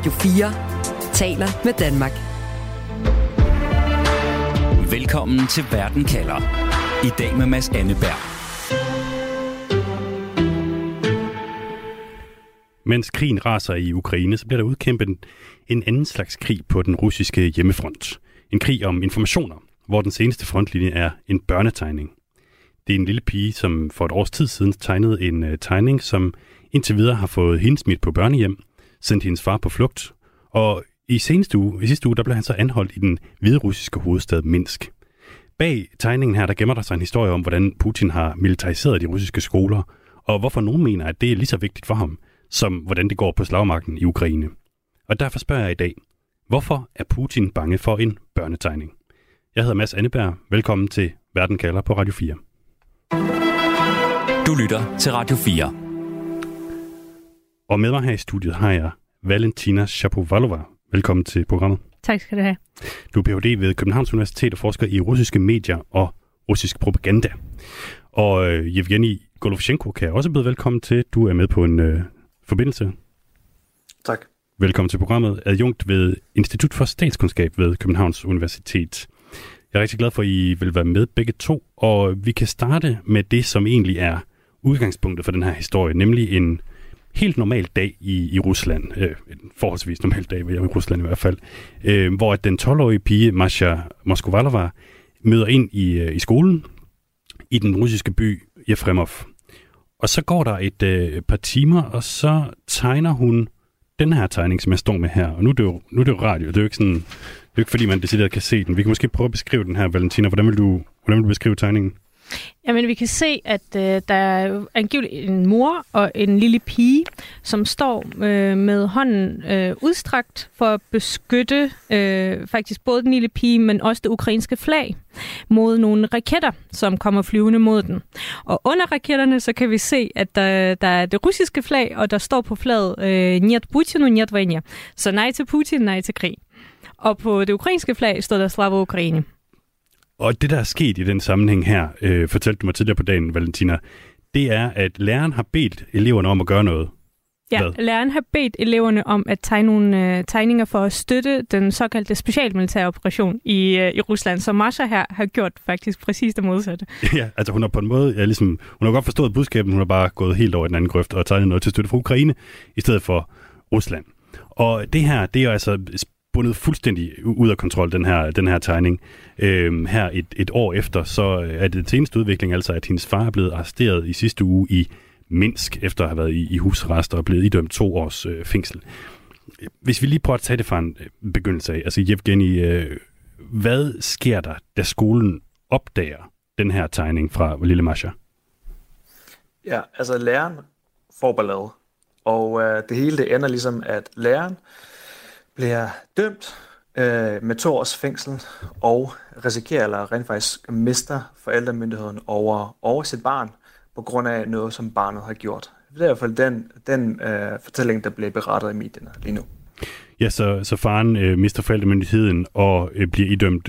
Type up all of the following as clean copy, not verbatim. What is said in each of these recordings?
Radio 4 taler med Danmark. Velkommen til Verden kalder. I dag med Mads Anneberg. Mens krigen raser i Ukraine, så bliver der udkæmpet en anden slags krig på den russiske hjemmefront. En krig om informationer, hvor den seneste frontlinje er en børnetegning. Det er en lille pige, som for et års tid siden tegnede en tegning, som indtil videre har fået hende smidt på børnehjem, sendt hendes far på flugt, og i sidste uge, der blev han så anholdt i den hviderussiske hovedstad Minsk. Bag tegningen her, der gemmer der sig en historie om, hvordan Putin har militariseret de russiske skoler, og hvorfor nogen mener, at det er lige så vigtigt for ham, som hvordan det går på slagmarken i Ukraine. Og derfor spørger jeg i dag, hvorfor er Putin bange for en børnetegning? Jeg hedder Mads Anneberg. Velkommen til Verden kalder på Radio 4. Du lytter til Radio 4. Og med mig her i studiet har jeg Valentina Shapovalova. Velkommen til programmet. Tak skal du have. Du er Ph.D. ved Københavns Universitet og forsker i russiske medier og russisk propaganda. Og Yevgeni Golovchenko kan jeg også byde velkommen til. Du er med på en forbindelse. Tak. Velkommen til programmet. Adjunkt ved Institut for Statskundskab ved Københavns Universitet. Jeg er rigtig glad for, at I vil være med begge to, og vi kan starte med det, som egentlig er udgangspunktet for den her historie, nemlig en helt normal dag i Rusland, en forholdsvis normal dag i Rusland i hvert fald, hvor den 12-årige pige, Masha Moskovalova, møder ind i skolen i den russiske by Jefremov. Og så går der et par timer, og så tegner hun den her tegning, som jeg står med her. Og nu er det jo radio, det er jo ikke sådan, det er jo ikke fordi, man decideret kan se den. Vi kan måske prøve at beskrive den her, Valentina. Hvordan vil du beskrive tegningen? Jamen, vi kan se, at der er angiveligt en mor og en lille pige, som står med hånden udstrakt for at beskytte faktisk både den lille pige, men også det ukrainske flag mod nogle raketter, som kommer flyvende mod den. Og under raketterne, så kan vi se, at der er det russiske flag, og der står på flaget Нет Путину, нет войне. Så nej til Putin, nej til krig. Og på det ukrainske flag står der Slava Ukraine. Og det, der er sket i den sammenhæng her, fortalte du mig tidligere på dagen, Valentina, det er, at læreren har bedt eleverne om at gøre noget. Ja, læreren har bedt eleverne om at tegne nogle tegninger for at støtte den såkaldte specialmilitære operation i Rusland, så Masha her har gjort faktisk præcis det modsatte. Ja, altså hun har på en måde, hun har godt forstået budskabet, hun har bare gået helt over i den anden grøft og tegnet noget til støtte for Ukraine, i stedet for Rusland. Og det her, det er jo altså bundet fuldstændig ud af kontrol, den her tegning. Her et år efter, så er det seneste udvikling altså, at hendes far er blevet arresteret i sidste uge i Minsk, efter at have været i husarrest og er blevet idømt 2 års fængsel. Hvis vi lige prøver at tage det fra en begyndelse af, altså Yevgeni, hvad sker der, da skolen opdager den her tegning fra lille Masha? Ja, altså læreren får ballade, og det hele det ender ligesom, at læreren bliver dømt med 2 års fængsel og risikerer eller rent faktisk mister forældremyndigheden over sit barn på grund af noget, som barnet har gjort. Det er i hvert fald den fortælling, der bliver berettet i medierne lige nu. Ja, så faren mister forældremyndigheden og bliver idømt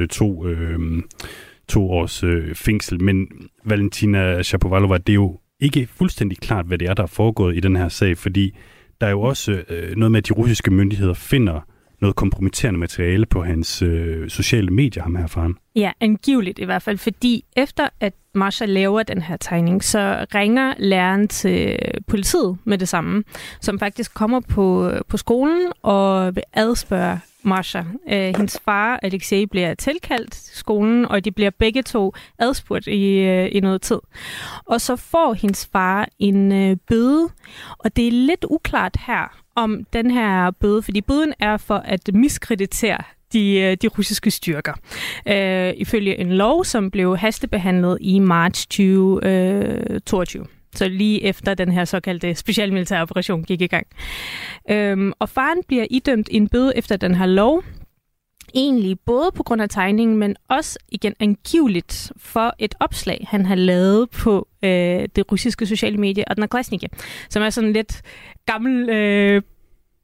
2 års fængsel. Men Valentina Shapovalova, det er jo ikke fuldstændig klart, hvad det er, der er foregået i den her sag, fordi der er jo også noget med, at de russiske myndigheder finder noget kompromitterende materiale på hans sociale medier, ham her faren. Ja, angiveligt i hvert fald, fordi efter at Masha laver den her tegning, så ringer læreren til politiet med det samme, som faktisk kommer på skolen og vil adspørge Masha. Hendes far, Alexei, bliver tilkaldt til skolen, og de bliver begge to adspurgt i noget tid. Og så får hendes far en bøde, og det er lidt uklart her om den her bøde, fordi bøden er for at miskreditere de russiske styrker. Ifølge en lov, som blev hastebehandlet i marts 2022. Så lige efter den her såkaldte specialmilitære operation gik i gang. Og faren bliver idømt en bøde efter den her lov, egentlig både på grund af tegningen, men også igen angiveligt for et opslag, han har lavet på det russiske sociale medie Odnoklassniki, som er sådan lidt gammel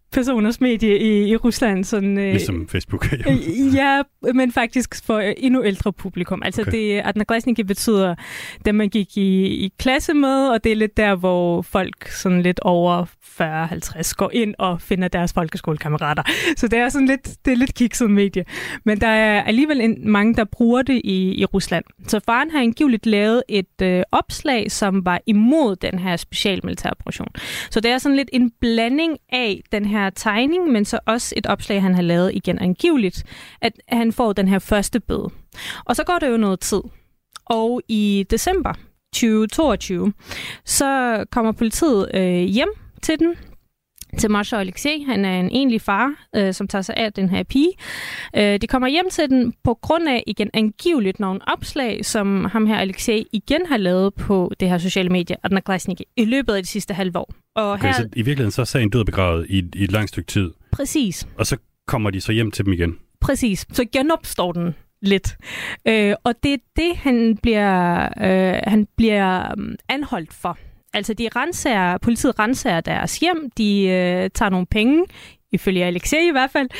personers medie i Rusland. Sådan, ligesom Facebook. Ja, men faktisk for endnu ældre publikum. Altså okay. Odnoklassniki betyder dem, man gik i klasse med, og det er lidt der, hvor folk sådan lidt over 40-50 går ind og finder deres folkeskolekammerater. Så det er sådan lidt kikset medie. Men der er alligevel mange, der bruger det i Rusland. Så faren har angiveligt lavet et opslag, som var imod den her specialmilitære operation. Så det er sådan lidt en blanding af den her tegning, men så også et opslag, han har lavet igen angiveligt, at han får den her første bøde. Og så går det jo noget tid. Og i december 2022, så kommer politiet hjem til Masha og Alexei. Han er en egentlig far, som tager sig af den her pige. De kommer hjem til den på grund af igen angiveligt nogle opslag, som ham her Alexei igen har lavet på det her sociale medie, Odnoklassniki, i løbet af de sidste halve år. Og okay, her... så i virkeligheden så er sagen død og begravet i et langt stykke tid. Præcis. Og så kommer de så hjem til dem igen. Præcis. Så genopstår den lidt. Og det er det, han bliver anholdt for. Altså, politiet renser deres hjem, de tager nogle penge, ifølge Alexei i hvert fald,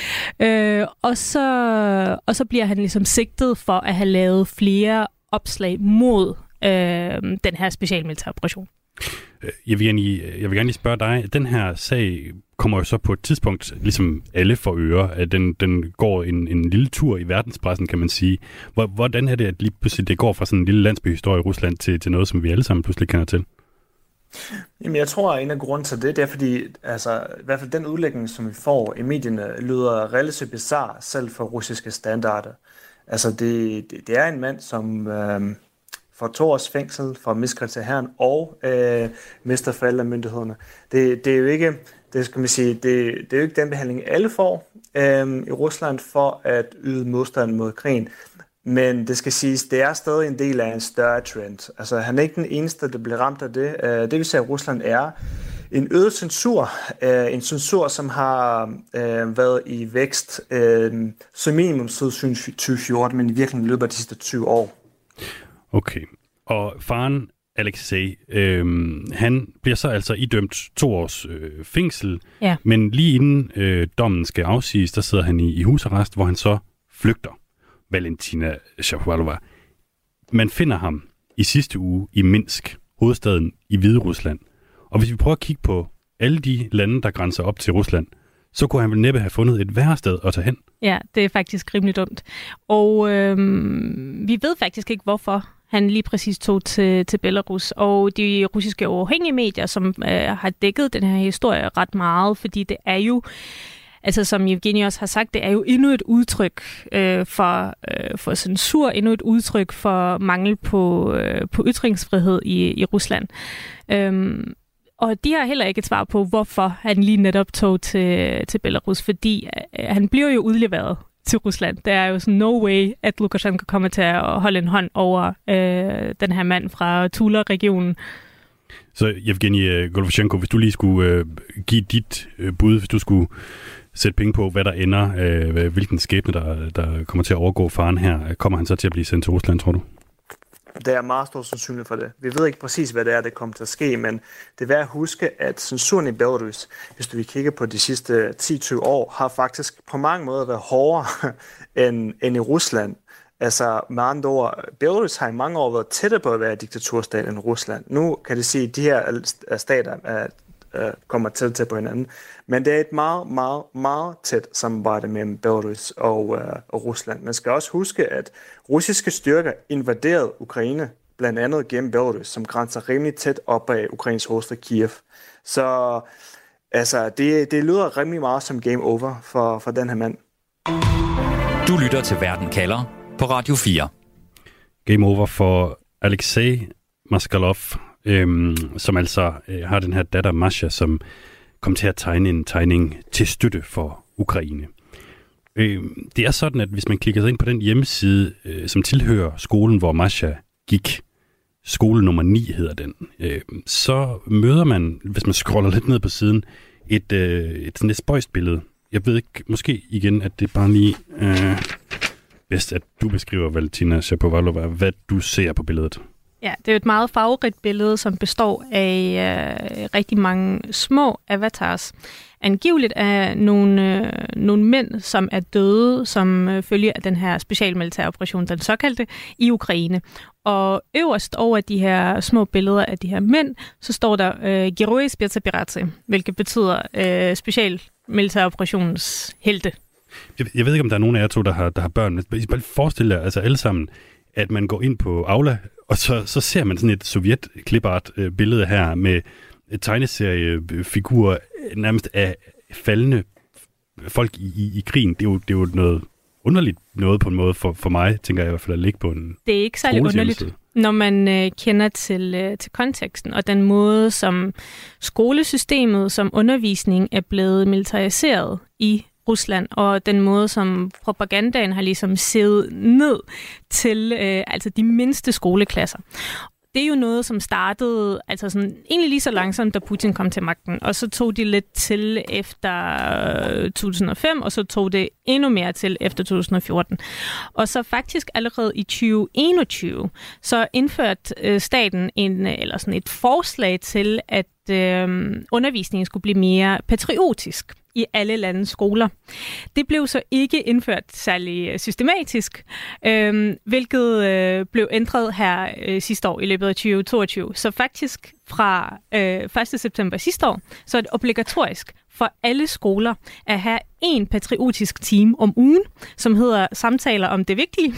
og så bliver han ligesom sigtet for at have lavet flere opslag mod den her specialmilitære operation. Jeg vil gerne lige spørge dig, den her sag kommer jo så på et tidspunkt, ligesom alle får øre, at den går en lille tur i verdenspressen, kan man sige. Hvordan er det, at lige pludselig det går fra sådan en lille landsbyhistorie i Rusland til noget, som vi alle sammen pludselig kender til? Jamen, jeg tror, at en af grunden til det er, fordi altså, i hvert fald den udlægning, som vi får i medierne, lyder relativt bizarre selv for russiske standarder. Altså, det er en mand, som får 2 års fængsel for miskredit til hæren og mister forældremyndighederne. Det er jo ikke, det skal man sige, det er jo ikke den behandling, alle får i Rusland for at yde modstand mod krigen. Men det skal siges, det er stadig en del af en større trend. Altså, han er ikke den eneste, der bliver ramt af det. Det vil sige, at Rusland er en øget censur. En censur, som har været i vækst som minimum siden 2014, men i virkeligheden i løbet af de sidste 20 år. Okay. Og faren Alexei, han bliver så altså idømt 2 års fængsel. Ja. Men lige inden dommen skal afsiges, der sidder han i husarrest, hvor han så flygter. Valentina Shapovalova. Man finder ham i sidste uge i Minsk, hovedstaden i Hviderusland. Og hvis vi prøver at kigge på alle de lande, der grænser op til Rusland, så kunne han vel næppe have fundet et værre sted at tage hen. Ja, det er faktisk rimelig dumt. Og vi ved faktisk ikke, hvorfor han lige præcis tog til Belarus. Og de russiske uafhængige medier, som har dækket den her historie ret meget, fordi det er jo, altså som Evgeni også har sagt, det er jo endnu et udtryk for censur, endnu et udtryk for mangel på ytringsfrihed i Rusland. Og de har heller ikke et svar på, hvorfor han lige netop tog til Belarus, fordi han bliver jo udleveret til Rusland. Der er jo sådan no way, at Lukashenko kommer til at holde en hånd over den her mand fra Tula-regionen. Så Evgeni Golubchenko, hvis du lige skulle give dit bud, hvis du skulle sætte penge på, hvad der ender, hvilken skæbne, der kommer til at overgå faren her, kommer han så til at blive sendt til Rusland, tror du? Der er meget stor sandsynlighed for det. Vi ved ikke præcis, hvad det er, der kommer til at ske, men det er værd at huske, at censuren i Belarus, hvis vi kigger på de sidste 10-20 år, har faktisk på mange måder været hårdere end i Rusland. Altså med andre ord, Belarus har i mange år været tættere på at være diktaturstat end Rusland. Nu kan det sige, at de her stater kommer tæt på hinanden. Men det er et meget, meget, meget tæt samarbejde mellem Belarus og Rusland. Man skal også huske, at russiske styrker invaderede Ukraine, blandt andet gennem Belarus, som grænser rimelig tæt op af Ukraines hovedstad Kiev. Så altså, det lyder rimelig meget som game over for den her mand. Du lytter til Verden kalder på Radio 4. Game over for Alexei Maskalov, som altså har den her datter Masha, som kom til at tegne en tegning til støtte for Ukraine. Det er sådan, at hvis man klikker sig ind på den hjemmeside, som tilhører skolen, hvor Masha gik, skole nummer 9 hedder den, så møder man, hvis man scroller lidt ned på siden, et sådan et spøjst billede. Jeg ved ikke, måske igen, at det er bare lige bedst, at du beskriver, Valentina Shapovalova, hvad du ser på billedet. Ja, det er jo et meget farverigt billede, som består af rigtig mange små avatars. Angiveligt er nogle mænd, som er døde som følge af den her specialmilitære operation, den såkaldte, i Ukraine. Og øverst over de her små billeder af de her mænd, så står der Geroi Spetsoperacji, hvilket betyder specialmilitære operationens helte. Jeg ved ikke, om der er nogen af jer to, der har børn. Men bare forestil jer, altså alle sammen, at man går ind på Aula, og så ser man sådan et sovjet-clipart billede her med tegneseriefigurer nærmest af faldende folk i krigen. Det er jo noget underligt noget på en måde for mig, tænker jeg i hvert fald, at ligge på en. Det er ikke særlig underligt, når man kender til konteksten og den måde, som skolesystemet, som undervisning er blevet militariseret i Rusland, og den måde, som propagandaen har ligesom siddet ned til altså de mindste skoleklasser. Det er jo noget, som startede altså sådan, egentlig lige så langsomt, da Putin kom til magten, og så tog de lidt til efter 2005, og så tog det endnu mere til efter 2014. Og så faktisk allerede i 2021, så indførte staten et forslag til, at undervisningen skulle blive mere patriotisk i alle landets skoler. Det blev så ikke indført særlig systematisk, hvilket blev ændret her sidste år i løbet af 2022. Så faktisk fra 1. september sidste år, så er det obligatorisk for alle skoler at have en patriotisk time om ugen, som hedder samtaler om det vigtige,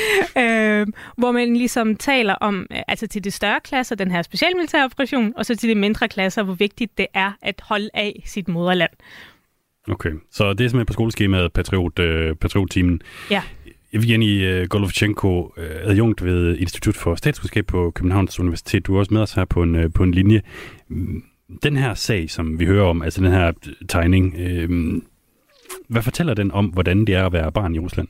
hvor man ligesom taler om, altså til de større klasser, den her specialmilitære operation, og så til de mindre klasser, hvor vigtigt det er at holde af sit moderland. Okay, så det er simpelthen på skoleskemaet patriottimen. Ja. Evgeni Golovchenko, adjunkt ved Institut for Statskundskab på Københavns Universitet. Du er også med os her på en linje. Den her sag, som vi hører om, altså den her tegning, hvad fortæller den om, hvordan det er at være barn i Rusland?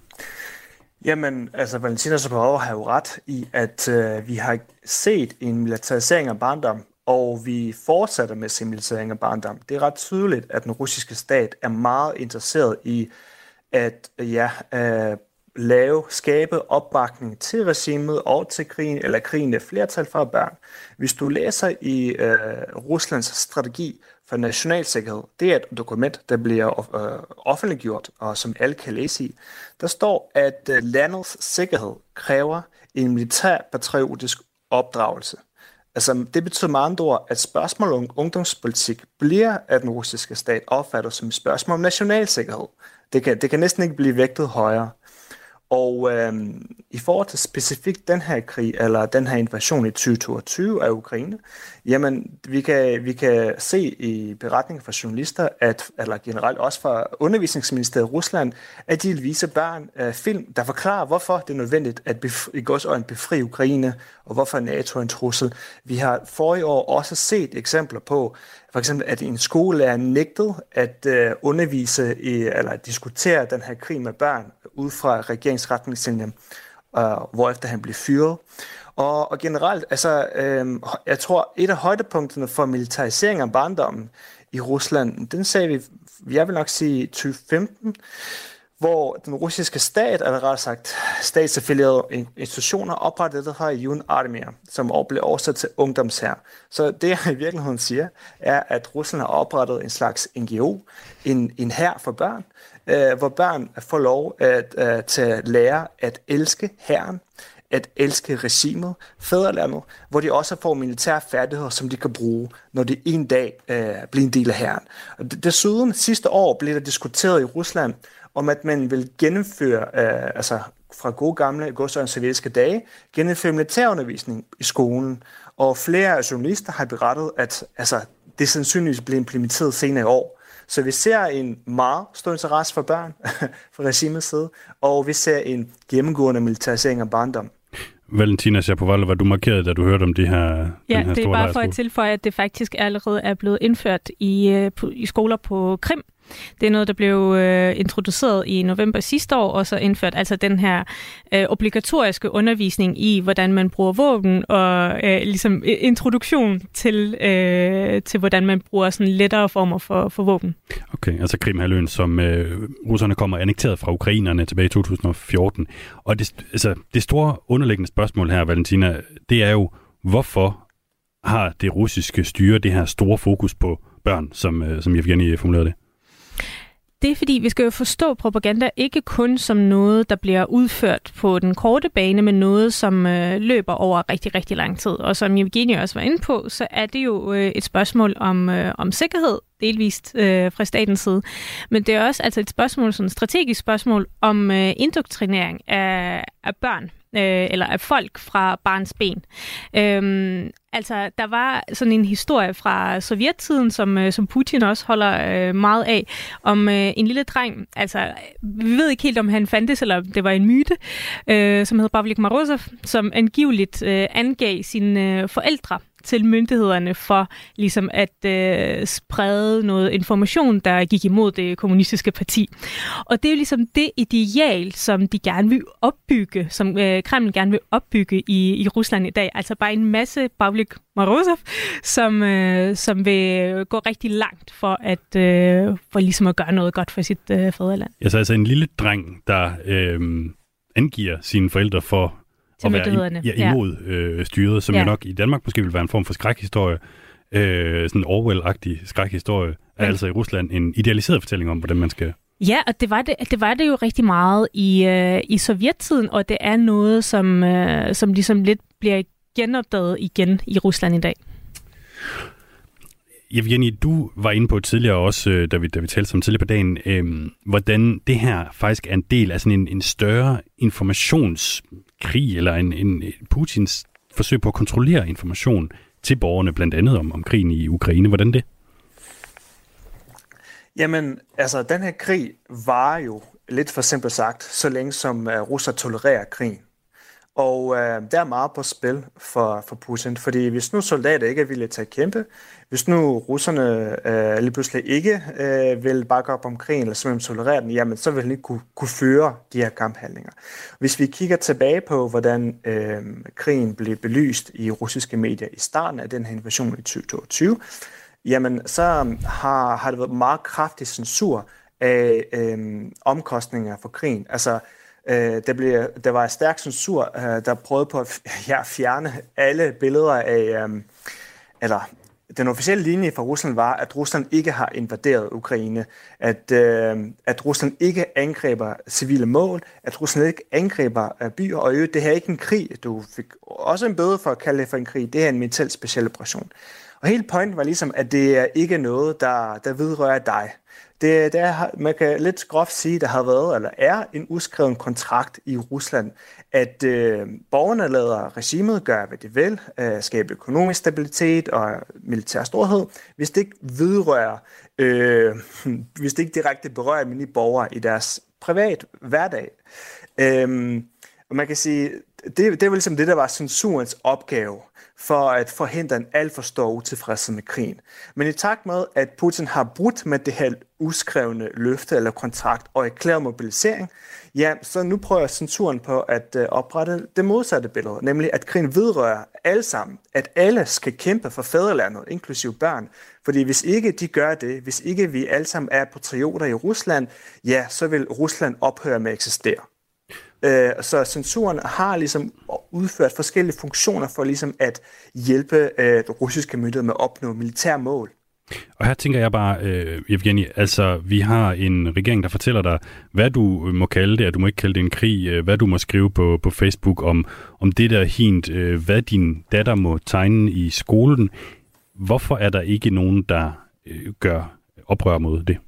Jamen, altså Valentina Zaporova har jo ret i, at vi har set en militarisering af barndom, og vi fortsætter med sin militarisering af barndom. Det er ret tydeligt, at den russiske stat er meget interesseret i at skabe opbakning til regimet og til krigen, eller krigen af flertal fra børn. Hvis du læser i Ruslands strategi for nationalsikkerhed, det er et dokument, der bliver offentliggjort, og som alle kan læse i, der står, at landets sikkerhed kræver en militær-patriotisk opdragelse. Altså, det betyder med andre ord, at spørgsmål om ungdomspolitik bliver af den russiske stat opfattet som et spørgsmål om nationalsikkerhed. Det kan næsten ikke blive vægtet højere. Og i forhold til specifikt den her krig, eller den her invasion i 2022 af Ukraine, jamen vi kan se i beretninger fra journalister, eller generelt også fra undervisningsministeriet i Rusland, at de vil vise børn film, der forklarer, hvorfor det er nødvendigt at befri Ukraine, og hvorfor NATO er en trussel. Vi har forrige år også set eksempler på, for eksempel, at en skolelærer nægtede at undervise eller diskutere den her krig med børn ud fra regeringsretningslinjen, hvorefter han blev fyret. Og generelt, altså, jeg tror, et af højdepunkterne for militarisering af barndommen i Rusland, den sagde jeg vil nok sige 2015, hvor den russiske stat, eller rettere sagt statsaffilierede institutioner, oprettede det her Yun Armia, som blev oversat til ungdomshær. Så det, jeg i virkeligheden siger, er, at Rusland har oprettet en slags NGO, en hær for børn, hvor børn får lov at lære at elske hæren, at elske regimet, fædrelandet, hvor de også får militære færdigheder, som de kan bruge, når de en dag bliver en del af hæren. Desuden sidste år blev der diskuteret i Rusland, om at man vil gennemføre, fra gode gamle sovjetiske dage, gennemføre militærundervisning i skolen. Og flere journalister har berettet, at det sandsynligvis bliver implementeret senere i år. Så vi ser en meget stor interesse for børn fra regimets side, og vi ser en gennemgående militarisering af barndom. Valentina Zaporova, du markerede, da du hørte om det her. Ja, den her det er bare for at tilføje, at det faktisk allerede er blevet indført i skoler på Krim, Det er noget, der blev introduceret i november sidste år, og så indført altså den her obligatoriske undervisning i, hvordan man bruger våben, og ligesom introduktion til hvordan man bruger sådan lettere former for våben. Okay, altså Krimhalvøen, som russerne kommer annekteret fra ukrainerne tilbage i 2014. Og det store underliggende spørgsmål her, Valentina, det er jo, hvorfor har det russiske styre det her store fokus på børn, som Evgenij formulerede det? Det er fordi, vi skal jo forstå propaganda ikke kun som noget, der bliver udført på den korte bane, men noget, som løber over rigtig, rigtig lang tid. Og som Evgenij også var inde på, så er det jo et spørgsmål om sikkerhed, delvist fra statens side. Men det er også altså et spørgsmål, sådan et strategisk spørgsmål om indoktrinering af børn. Eller af folk fra barns ben. Altså, der var sådan en historie fra sovjettiden, som Putin også holder meget af, om en lille dreng. Altså, vi ved ikke helt, om han fandtes, eller det var en myte, som hed Pavlik Morozov, som angiveligt angav sine forældre til myndighederne for ligesom at sprede noget information, der gik imod det kommunistiske parti. Og det er jo ligesom det ideal, som de gerne vil opbygge, som Kreml gerne vil opbygge i Rusland i dag. Altså bare en masse Pavlik Morozov, som vil gå rigtig langt for ligesom at gøre noget godt for sit fædreland. Altså en lille dreng, der angiver sine forældre for at være imod styret, som jo nok i Danmark måske vil være en form for skrækhistorie, sådan en Orwell-agtig skrækhistorie, er altså i Rusland en idealiseret fortælling om, hvordan man skal... Ja, og det var det jo rigtig meget i sovjettiden, og det er noget, som ligesom lidt bliver genopdaget igen i Rusland i dag. Evgenij, du var inde på tidligere også, da vi talte sammen tidligere på dagen, hvordan det her faktisk er en del af sådan en større informationskrig, eller en Putins forsøg på at kontrollere information til borgerne, blandt andet om krigen i Ukraine. Hvordan det? Jamen, altså, den her krig var jo lidt for simpelt sagt, så længe som russer tolererer krigen. Og der er meget på spil for Putin, fordi hvis nu soldater ikke er villige til at kæmpe, hvis nu russerne lige pludselig ikke vil bakke op om krigen, eller simpelthen tolerere den, jamen så vil han ikke kunne føre de her kamphandlinger. Hvis vi kigger tilbage på, hvordan krigen blev belyst i russiske medier i starten af den her invasion i 2022, jamen så har det været meget kraftig censur af omkostninger for krigen. Altså, der var en stærk censur, der prøvede på at fjerne alle billeder af, eller den officielle linje fra Rusland var, at Rusland ikke har invaderet Ukraine, at Rusland ikke angriber civile mål, at Rusland ikke angriber byer, og det her er ikke en krig. Du fik også en bøde for at kalde det for en krig. Det her er en militær speciel operation. Og hele pointen var ligesom, at det er ikke noget, der vedrører dig. Det er, man kan lidt groft sige, at der har været, eller er en uskreven kontrakt i Rusland, at borgerne lader regimet gøre, hvad de vil, skabe økonomisk stabilitet og militær storhed, hvis det ikke vedrører, hvis det ikke direkte berører almindelige borgere i deres privat hverdag. Og man kan sige, det er vel ligesom det, der var censurens opgave, for at forhindre en alt for stor utilfredshed med krigen. Men i takt med, at Putin har brudt med det her uskrevne løfte eller kontrakt og erklæret mobilisering, ja, så nu prøver censuren på at oprette det modsatte billede, nemlig at krigen vedrører alle sammen, at alle skal kæmpe for fædrelandet, inklusive børn. Fordi hvis ikke de gør det, hvis ikke vi alle sammen er patrioter i Rusland, ja, så vil Rusland ophøre med at eksistere. Så censuren har ligesom udført forskellige funktioner for ligesom at hjælpe det russiske myndigheder med at opnå militære mål. Og her tænker jeg bare, Evgenij, altså vi har en regering, der fortæller dig, hvad du må kalde det, at du må ikke kalde det en krig, hvad du må skrive på Facebook om det der hint, hvad din datter må tegne i skolen. Hvorfor er der ikke nogen, der gør oprør mod det?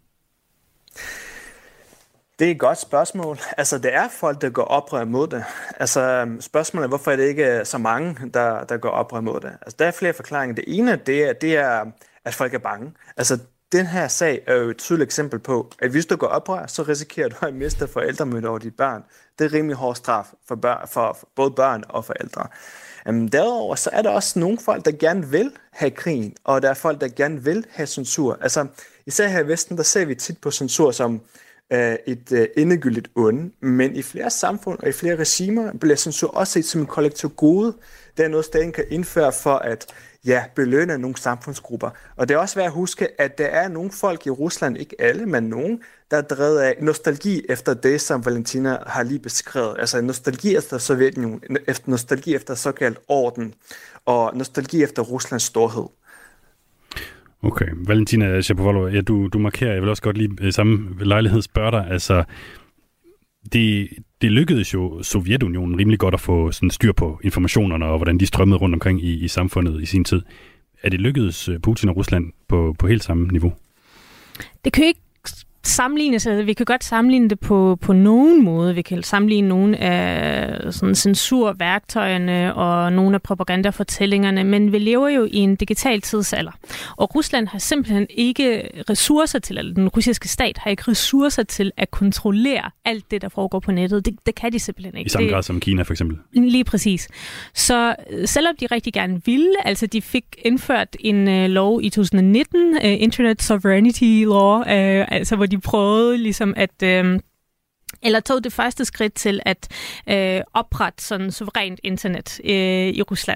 Det er et godt spørgsmål. Altså, det er folk, der går oprør mod det. Altså, spørgsmålet er, hvorfor er det ikke så mange, der går oprør mod det? Altså, der er flere forklaringer. Det ene, det er, at folk er bange. Altså, den her sag er jo et tydeligt eksempel på, at hvis du går oprør, så risikerer du at miste forældremyndighed over dit barn. Det er rimelig hård straf for både børn og forældre. Derudover så er der også nogle folk, der gerne vil have krigen, og der er folk, der gerne vil have censur. Altså, især her i Vesten, der ser vi tit på censur som et endegyldigt onde, men i flere samfund og i flere regimer bliver censur også set som en kollektiv gode. Det er noget, staten kan indføre for at belønne nogle samfundsgrupper. Og det er også værd at huske, at der er nogle folk i Rusland, ikke alle, men nogen, der er drevet af nostalgi efter det, som Valentina har lige beskrevet. Altså nostalgi efter Sovjetunionen, nostalgi efter såkaldt orden, og nostalgi efter Ruslands storhed. Okay, Valentina Shapovalova, du markerer, jeg vil også godt lige samme lejlighed spørge dig, altså det lykkedes jo Sovjetunionen rimelig godt at få sådan styr på informationerne og hvordan de strømmede rundt omkring i samfundet i sin tid. Er det lykkedes Putin og Rusland på helt samme niveau? Det kan ikke sammenlignes, altså vi kan godt sammenligne det på nogen måde. Vi kan sammenligne nogle af sådan censurværktøjerne og nogle af propagandafortællingerne, men vi lever jo i en digital tidsalder. Og Rusland har simpelthen ikke ressourcer til, eller den russiske stat har ikke ressourcer til at kontrollere alt det, der foregår på nettet. Det kan de simpelthen ikke. I samme grad som Kina for eksempel. Lige præcis. Så selvom de rigtig gerne ville, altså de fik indført en lov i 2019, Internet Sovereignty Law, altså hvor de prøvede ligesom at eller tog det første skridt til at oprette sådan suverænt internet i Rusland.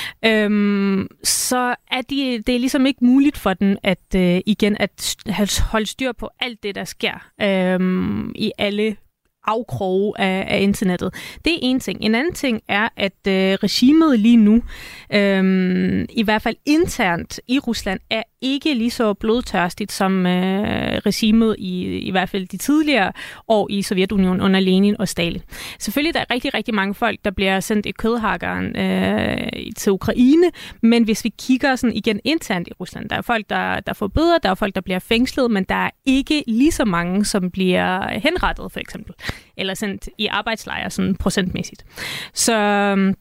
Så er det er ligesom ikke muligt for dem at igen at holde styr på alt det, der sker i alle afkroge af internettet. Det er en ting. En anden ting er, at regimet lige nu, i hvert fald internt i Rusland, er ikke lige så blodtørstigt som regimet i hvert fald de tidligere år i Sovjetunionen under Lenin og Stalin. Selvfølgelig der er rigtig, rigtig mange folk, der bliver sendt i kødhakkeren til Ukraine, men hvis vi kigger sådan igen internt i Rusland, der er folk, der får bøder, der er folk, der bliver fængslet, men der er ikke lige så mange, som bliver henrettet for eksempel, eller sendt i arbejdslejre sådan procentmæssigt. Så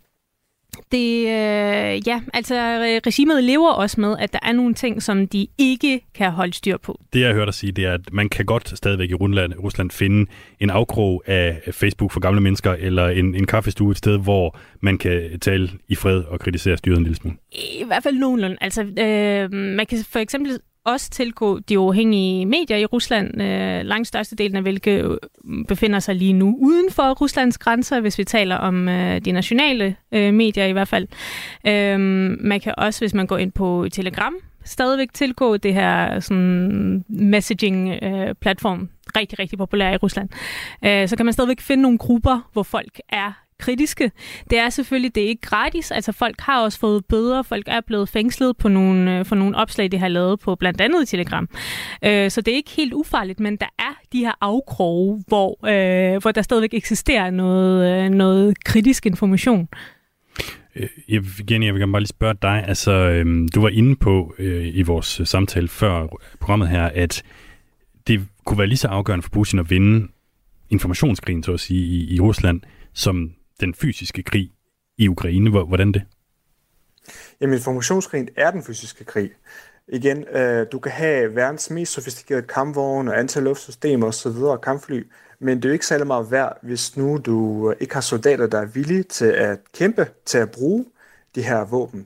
regimet lever også med, at der er nogle ting, som de ikke kan holde styr på. Det, jeg hørte dig sige, det er, at man kan godt stadigvæk i Rusland finde en afkrog af Facebook for gamle mennesker, eller en kaffestue et sted, hvor man kan tale i fred og kritisere styret en lille smule. I hvert fald nogenlunde. Altså, man kan for eksempel også tilgå de uafhængige medier i Rusland, langt størstedelen af hvilke befinder sig lige nu uden for Ruslands grænser, hvis vi taler om de nationale medier i hvert fald. Man kan også, hvis man går ind på Telegram, stadigvæk tilgå det her sådan messaging-platform, rigtig, rigtig populær i Rusland. Så kan man stadigvæk finde nogle grupper, hvor folk er kritiske. Det er selvfølgelig, det er ikke gratis. Altså folk har også fået bøder, folk er blevet fængslet på for nogle opslag, de har lavet på blandt andet Telegram. Så det er ikke helt ufarligt, men der er de her afkroge, hvor der stadigvæk eksisterer noget kritisk information. Jenny, jeg vil gerne bare lige spørge dig. Altså, du var inde på i vores samtale før programmet her, at det kunne være lige så afgørende for Putin at vinde informationskrigen, så at sige, i Rusland, som den fysiske krig i Ukraine. Hvordan det? Jamen, informationskrigen er den fysiske krig. Igen, du kan have verdens mest sofistikerede kampvogne og antilluftsystemer osv. og kampfly, men det er jo ikke særlig meget værd, hvis nu du ikke har soldater, der er villige til at kæmpe, til at bruge de her våben.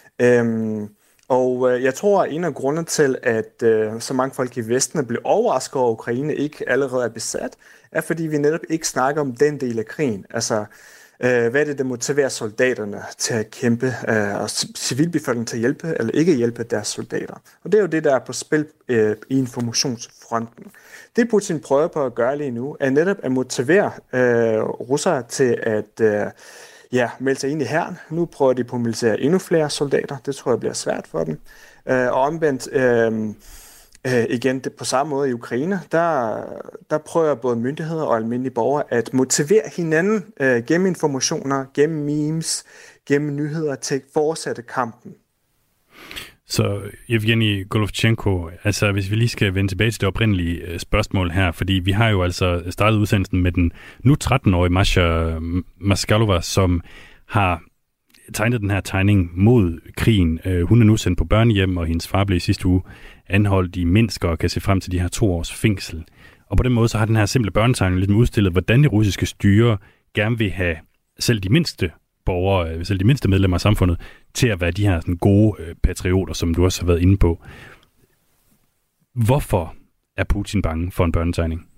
Og jeg tror, at en af grundene til, at så mange folk i Vesten er blevet overrasket over, at Ukraine ikke allerede er besat, er fordi vi netop ikke snakker om den del af krigen. Altså, hvad er det, der motiverer soldaterne til at kæmpe, og civilbefolkningen til at hjælpe eller ikke hjælpe deres soldater? Og det er jo det, der er på spil i informationsfronten. Det Putin prøver på at gøre lige nu, er netop at motivere russere til at melde sig ind i hæren. Nu prøver de på at mobilisere endnu flere soldater. Det tror jeg bliver svært for dem. Og omvendt, igen det på samme måde i Ukraine, der prøver både myndigheder og almindelige borgere at motivere hinanden gennem informationer, gennem memes, gennem nyheder til at fortsætte kampen. Så Evgeni Golovchenko, altså hvis vi lige skal vende tilbage til det oprindelige spørgsmål her, fordi vi har jo altså startet udsendelsen med den nu 13-årige Masha Maskalova, som har tegnet den her tegning mod krigen. Hun er nu sendt på børnehjem, og hendes far blev i sidste uge anholdt i Minsk og kan se frem til de her 2 års fængsel. Og på den måde så har den her simple børnetegning ligesom udstillet, hvordan det russiske styre gerne vil have selv de mindste borgere, selv de mindste medlemmer af samfundet, til at være de her sådan gode patrioter, som du også har været inde på. Hvorfor er Putin bange for en børnetegning?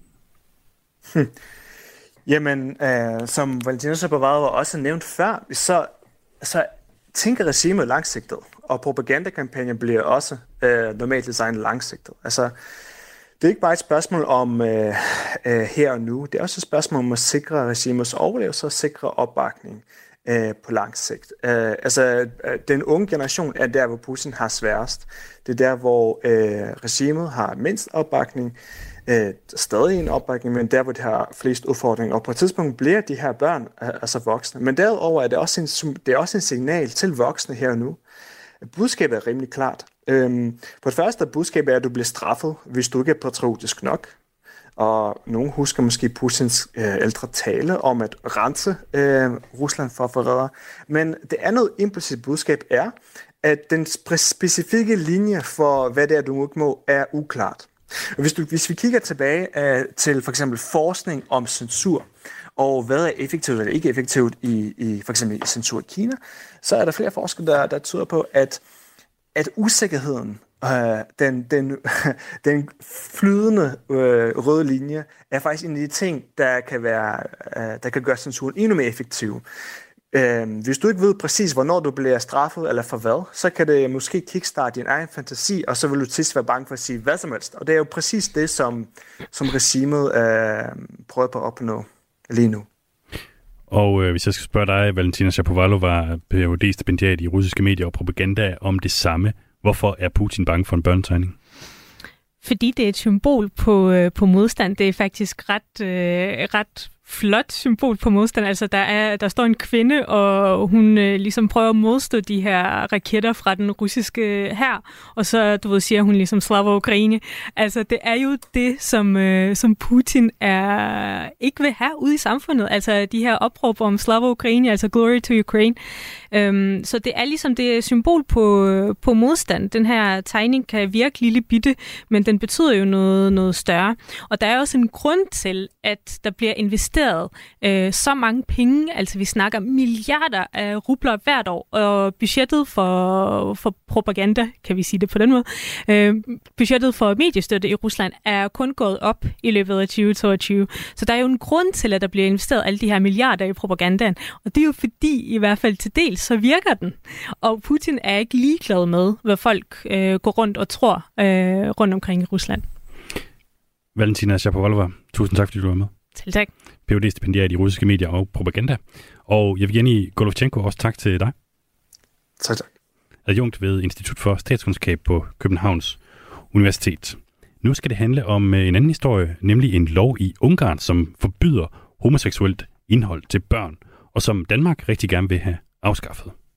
Jamen, som Valentina Shapovalova også nævnt før, så tænker regimet langsigtet, og propagandakampagnen bliver også normalt designet langsigtet. Altså, det er ikke bare et spørgsmål om her og nu, det er også et spørgsmål om at sikre regimets overlevelse og sikre opbakning på lang sigt. Den unge generation er der, hvor Putin har sværest. Det er der, hvor regimet har mindst opbakning, stadig en opbakning, men der, hvor de har flest udfordringer. Og på et tidspunkt bliver de her børn altså voksne. Men derudover er det også en signal til voksne her og nu. Budskabet er rimelig klart. På det første budskab er, at du bliver straffet, hvis du ikke er patriotisk nok. Og nogen husker måske Putins ældre tale om at rense Rusland for forrædere. Men det andet implicit budskab er, at den specifikke linje for, hvad det er, du ikke må, er uklart. Hvis vi kigger tilbage til for eksempel forskning om censur, og hvad er effektivt eller ikke effektivt i for eksempel i censur i Kina, så er der flere forskere, der tyder på, at usikkerheden, den flydende røde linje, er faktisk en af de ting, der kan gøre censuren endnu mere effektiv. Hvis du ikke ved præcis, hvornår du bliver straffet eller for hvad, så kan det måske kickstarte din egen fantasi, og så vil du til være bange for at sige hvad som helst. Og det er jo præcis det, som regimet prøver på at opnå lige nu. Og hvis jeg skal spørge dig, Valentina Shapovalova, Ph.D.-stipendiat i russiske medier og propaganda, om det samme. Hvorfor er Putin bange for en børnetegning? Fordi det er et symbol på modstand. Det er faktisk ret flot symbol på modstand. Altså der står en kvinde, og hun ligesom prøver at modstå de her raketter fra den russiske hær, og så siger hun ligesom Slava Ukraine. Altså det er jo det, som Putin ikke vil have ude i samfundet. Altså de her opråb om Slava Ukraine, altså Glory to Ukraine. Så det er ligesom det symbol på modstand. Den her tegning kan virke lille bitte, men den betyder jo noget større. Og der er også en grund til, at der bliver investeret så mange penge, altså vi snakker milliarder af rubler hvert år, og budgettet for propaganda, kan vi sige det på den måde, budgettet for mediestøtte i Rusland er kun gået op i løbet af 2022. Så der er jo en grund til, at der bliver investeret alle de her milliarder i propagandaen, og det er jo fordi, i hvert fald til dels, så virker den. Og Putin er ikke ligeglad med, hvad folk går rundt og tror rundt omkring i Rusland. Valentina Shapovalova, tusind tak, fordi du var med. Selv tak. Ph.D.-stipendiat i russiske medier og propaganda. Og Evgeni Golovchenko, også tak til dig. Tak. Adjunkt ved Institut for Statskundskab på Københavns Universitet. Nu skal det handle om en anden historie, nemlig en lov i Ungarn, som forbyder homoseksuelt indhold til børn, og som Danmark rigtig gerne vil have afskaffet.